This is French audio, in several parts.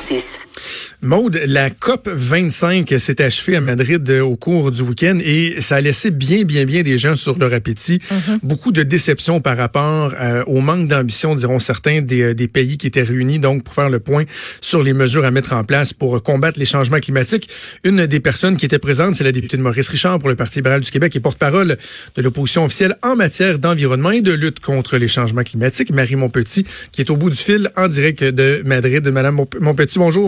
6. Maude, la COP 25 s'est achevée à Madrid au cours du week-end et ça a laissé bien des gens sur leur appétit. Beaucoup de déceptions par rapport au manque d'ambition, diront certains, des pays qui étaient réunis donc pour faire le point sur les mesures à mettre en place pour combattre les changements climatiques. Une des personnes qui était présente, c'est la députée de Maurice Richard pour le Parti libéral du Québec et porte-parole de l'opposition officielle en matière d'environnement et de lutte contre les changements climatiques, Marie Montpetit, qui est au bout du fil en direct de Madrid. Madame Montpetit, bonjour.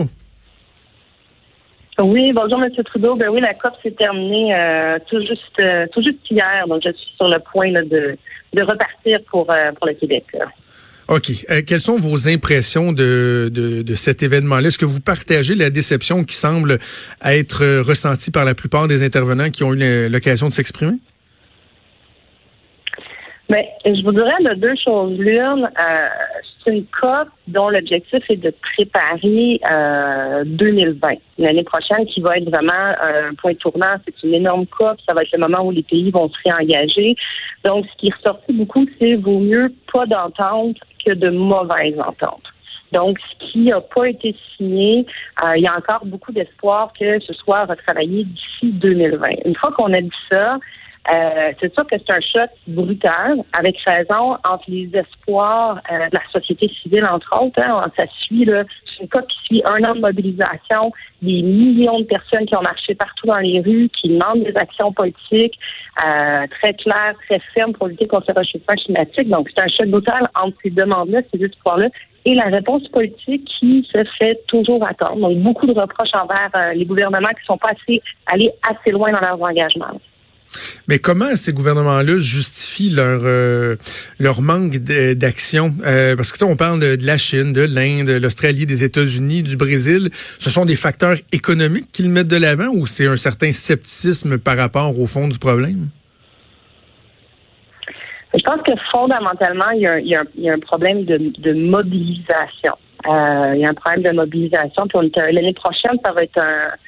Oui, bonjour M. Trudeau. Ben oui, la COP s'est terminée tout juste hier, donc je suis sur le point là, de repartir pour le Québec. Là. OK. Quelles sont vos impressions de cet événement-là? Est-ce que vous partagez la déception qui semble être ressentie par la plupart des intervenants qui ont eu l'occasion de s'exprimer? Ben, je vous dirais de deux choses l'une. C'est une COP dont l'objectif est de préparer 2020, l'année prochaine, qui va être vraiment un point tournant. C'est une énorme COP. Ça va être le moment où les pays vont se réengager. Donc, ce qui est ressorti beaucoup, c'est vaut mieux pas d'entente que de mauvaises ententes. Donc, ce qui n'a pas été signé, il y a encore beaucoup d'espoir que ce soit retravaillé d'ici 2020. Une fois qu'on a dit ça, c'est sûr que c'est un choc brutal, avec raison, entre les espoirs de la société civile, entre autres. Ça suit, là, c'est une COP qui suit un an de mobilisation, des millions de personnes qui ont marché partout dans les rues, qui demandent des actions politiques très claires, très fermes pour lutter contre le réchauffement climatique. Donc, c'est un choc brutal entre ces demandes-là, ces espoirs-là, et la réponse politique qui se fait toujours attendre. Donc, beaucoup de reproches envers les gouvernements qui ne sont pas allés assez loin dans leurs engagements. Mais comment ces gouvernements-là justifient leur manque d'action? Parce que on parle de la Chine, de l'Inde, l'Australie, des États-Unis, du Brésil. Ce sont des facteurs économiques qu'ils mettent de l'avant ou c'est un certain scepticisme par rapport au fond du problème? Je pense que fondamentalement, il y a un problème de mobilisation. Il y a un problème de mobilisation. Puis l'année prochaine, ça va être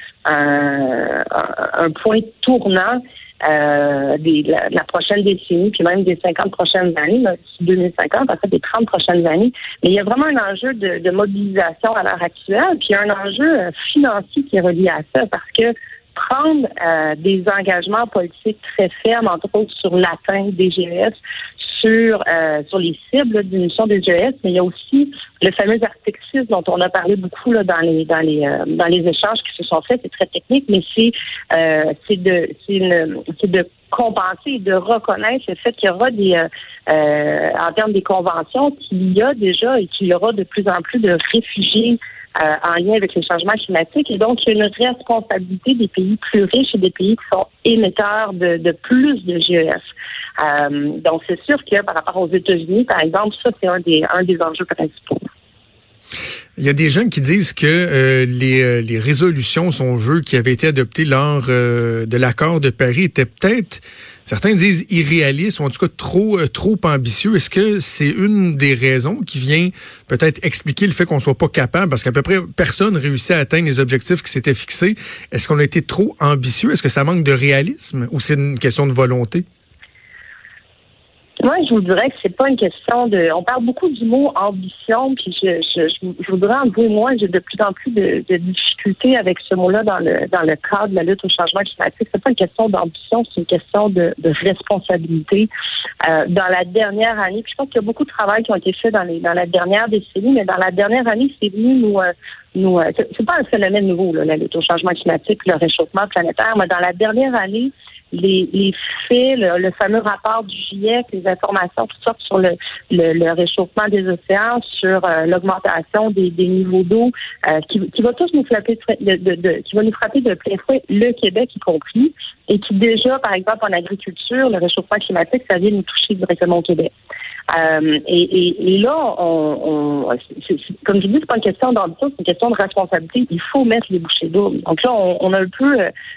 un point tournant la prochaine décennie, puis même des 50 prochaines années, là, 2050, en fait, des 30 prochaines années. Mais il y a vraiment un enjeu de mobilisation à l'heure actuelle, puis il y a un enjeu financier qui est relié à ça, parce que prendre des engagements politiques très fermes, entre autres sur l'atteinte des GES, sur les cibles là, d'émission des GES, mais il y a aussi le fameux article 6 dont on a parlé beaucoup là, dans les échanges qui se sont faits. C'est très technique, mais c'est de compenser et de reconnaître le fait qu'il y aura en termes des conventions, qu'il y a déjà et qu'il y aura de plus en plus de réfugiés en lien avec les changements climatiques. Et donc, il y a une responsabilité des pays plus riches et des pays qui sont émetteurs de plus de GES. Donc, c'est sûr que par rapport aux États-Unis, par exemple, ça, c'est un des enjeux principaux. Il y a des gens qui disent que les résolutions, si on veut, qui avaient été adoptées lors de l'accord de Paris étaient peut-être, certains disent irréalistes ou en tout cas trop ambitieux. Est-ce que c'est une des raisons qui vient peut-être expliquer le fait qu'on soit pas capable, parce qu'à peu près personne réussit à atteindre les objectifs qui s'étaient fixés? Est-ce qu'on a été trop ambitieux? Est-ce que ça manque de réalisme ou c'est une question de volonté? Moi, je vous dirais que c'est pas une question de... On parle beaucoup du mot ambition, puis je vous dirais, entre vous et moi, j'ai de plus en plus de difficultés avec ce mot-là dans le cadre de la lutte au changement climatique. C'est pas une question d'ambition, c'est une question de responsabilité. Dans la dernière année, puis je pense qu'il y a beaucoup de travail qui ont été faits dans la dernière décennie, mais dans la dernière année, c'est venu c'est pas un phénomène nouveau, là, la lutte au changement climatique, le réchauffement planétaire, mais dans la dernière année, les faits, le fameux rapport du GIEC, les informations, toutes sortes sur le réchauffement des océans, sur l'augmentation des niveaux d'eau, qui va tous nous frapper qui va nous frapper de plein fouet, le Québec y compris, et qui déjà, par exemple, en agriculture, le réchauffement climatique, ça vient nous toucher directement au Québec. Et là, comme je dis, c'est pas une question d'ambition, c'est une question de responsabilité. Il faut mettre les bouchées doubles. Donc là, on a un peu,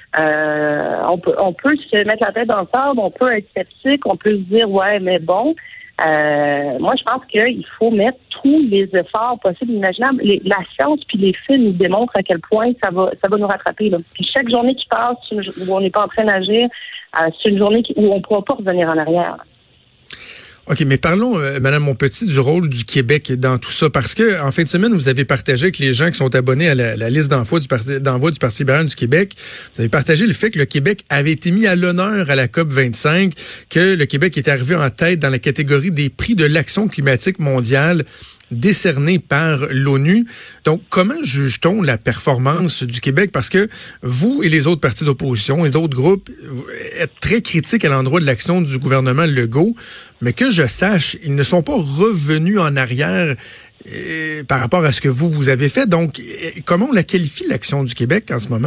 on peut se mettre la tête dans le sable, on peut être sceptique, on peut se dire ouais, mais bon. Moi, je pense qu'il faut mettre tous les efforts possibles et imaginables. La science puis les faits nous démontrent à quel point ça va nous rattraper. Là. Puis chaque journée qui passe où on n'est pas en train d'agir, c'est une journée où on ne pourra pas revenir en arrière. OK, mais parlons, Madame Montpetit, du rôle du Québec dans tout ça, parce que en fin de semaine, vous avez partagé avec les gens qui sont abonnés à la liste d'envoi du Parti libéral du Québec, vous avez partagé le fait que le Québec avait été mis à l'honneur à la COP 25, que le Québec est arrivé en tête dans la catégorie des prix de l'action climatique mondiale décerné par l'ONU. Donc, comment juge-t-on la performance du Québec? Parce que vous et les autres partis d'opposition et d'autres groupes êtes très critiques à l'endroit de l'action du gouvernement Legault, mais que je sache, ils ne sont pas revenus en arrière par rapport à ce que vous avez fait. Donc, comment on la qualifie, l'action du Québec en ce moment?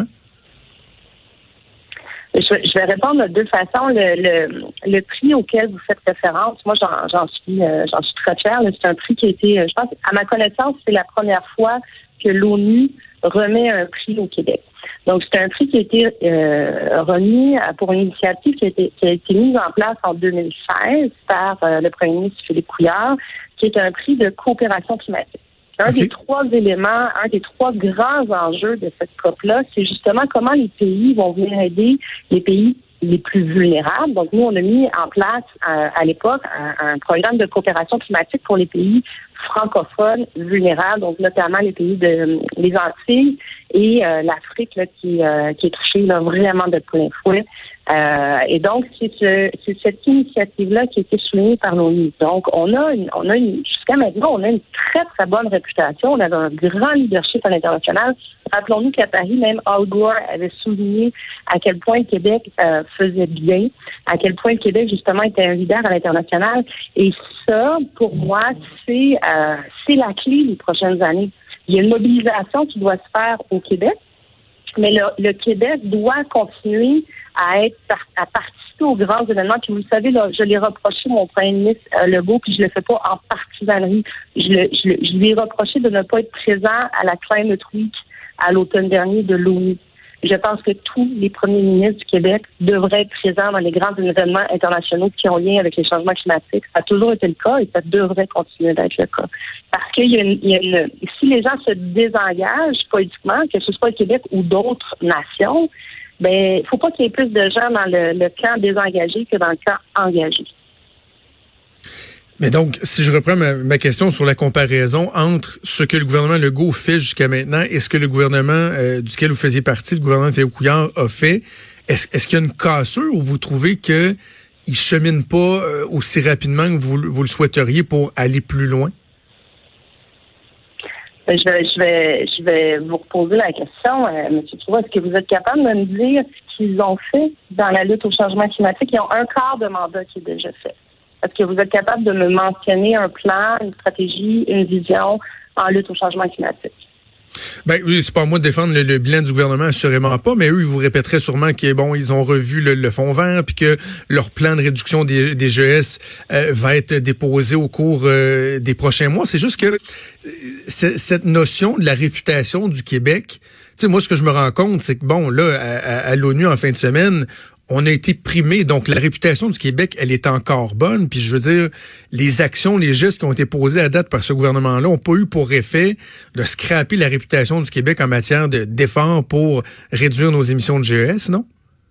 Je vais répondre de deux façons. Le prix auquel vous faites référence, moi j'en suis très fière. C'est un prix qui a été, je pense, à ma connaissance, c'est la première fois que l'ONU remet un prix au Québec. Donc c'est un prix qui a été remis pour une initiative qui a été mise en place en 2016 par le premier ministre Philippe Couillard, qui est un prix de coopération climatique. Un des trois éléments, un des trois grands enjeux de cette COP-là, c'est justement comment les pays vont venir aider les pays les plus vulnérables. Donc, nous, on a mis en place à l'époque un programme de coopération climatique pour les pays francophones vulnérables, donc notamment les pays les Antilles et l'Afrique là, qui est touchée là, vraiment de plein fouet. Et donc, c'est cette initiative-là qui a été soulignée par l'ONU. Donc, jusqu'à maintenant, on a une très, très bonne réputation. On avait un grand leadership à l'international. Rappelons-nous qu'à Paris, même Al Gore avait souligné à quel point le Québec faisait bien, à quel point le Québec, justement, était un leader à l'international. Et ça, pour moi, c'est la clé des prochaines années. Il y a une mobilisation qui doit se faire au Québec, mais le Québec doit continuer à participer aux grands événements. Puis vous le savez, là, je l'ai reproché, mon premier ministre Legault, puis je le fais pas en partisanerie. Je lui ai reproché de ne pas être présent à la Climate Week à l'automne dernier de l'ONU. Je pense que tous les premiers ministres du Québec devraient être présents dans les grands événements internationaux qui ont lien avec les changements climatiques. Ça a toujours été le cas et ça devrait continuer d'être le cas. Parce que si les gens se désengagent politiquement, que ce soit le Québec ou d'autres nations, il faut pas qu'il y ait plus de gens dans le camp désengagé que dans le camp engagé. Mais donc, si je reprends ma question sur la comparaison entre ce que le gouvernement Legault fait jusqu'à maintenant et ce que le gouvernement duquel vous faisiez partie, le gouvernement Philippe Couillard, a fait, est-ce qu'il y a une cassure ou vous trouvez que il chemine pas aussi rapidement que vous le souhaiteriez pour aller plus loin? Je vais vous reposer la question, M. Trouva. Est-ce que vous êtes capable de me dire ce qu'ils ont fait dans la lutte au changement climatique? Ils ont un quart de mandat qui est déjà fait. Est-ce que vous êtes capable de me mentionner un plan, une stratégie, une vision en lutte au changement climatique? Ben oui, c'est pas à moi de défendre le bilan du gouvernement, assurément pas, mais eux, ils vous répéteraient sûrement ils ont revu le fonds vert, puis que leur plan de réduction des GES va être déposé au cours des prochains mois. C'est juste que cette notion de la réputation du Québec, tu sais, moi, ce que je me rends compte, c'est que à l'ONU en fin de semaine, on a été primé, donc la réputation du Québec, elle est encore bonne. Puis je veux dire, les actions, les gestes qui ont été posés à date par ce gouvernement-là n'ont pas eu pour effet de scraper la réputation du Québec en matière d'efforts pour réduire nos émissions de GES, non?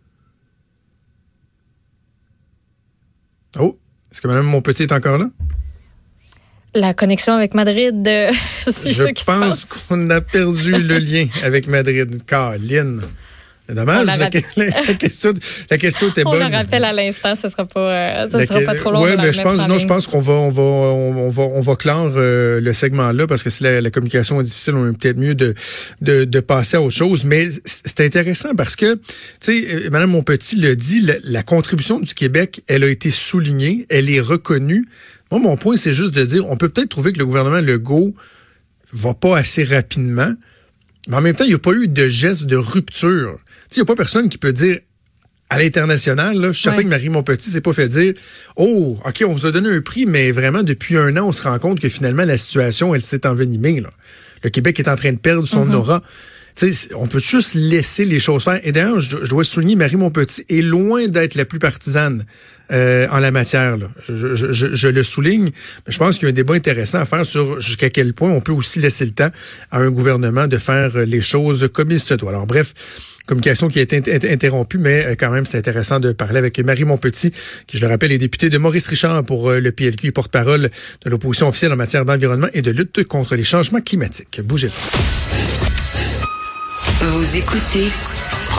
Oh, est-ce que Mme Montpetit est encore là? La connexion avec Madrid, je pense qu'on a perdu le lien avec Madrid. Caroline. C'est dommage, la question était bonne. On le rappelle à l'instant, ce sera pas trop long. Oui, mais je pense qu'on va clore le segment-là parce que si la communication est difficile, on est peut-être mieux de passer à autre chose. Mais c'est intéressant parce que, tu sais, Mme Montpetit l'a dit, la contribution du Québec, elle a été soulignée, elle est reconnue. Moi, mon point, c'est juste de dire, on peut peut-être trouver que le gouvernement Legault va pas assez rapidement, mais en même temps, il n'y a pas eu de geste de rupture. Il n'y a pas personne qui peut dire à l'international, là, je suis certain que Marie Montpetit s'est pas fait dire « Oh, OK, on vous a donné un prix, mais vraiment, depuis un an, on se rend compte que finalement, la situation, elle s'est envenimée. Là. Le Québec est en train de perdre son aura. » On peut juste laisser les choses faire. Et d'ailleurs, je dois souligner, Marie Montpetit est loin d'être la plus partisane en la matière. Là. Je le souligne, mais je pense qu'il y a un débat intéressant à faire sur jusqu'à quel point on peut aussi laisser le temps à un gouvernement de faire les choses comme il se doit. Alors bref, communication qui a été interrompue, mais quand même, c'est intéressant de parler avec Marie Montpetit, qui, je le rappelle, est députée de Maurice Richard pour le PLQ et porte-parole de l'opposition officielle en matière d'environnement et de lutte contre les changements climatiques. Bougez pas. Vous écoutez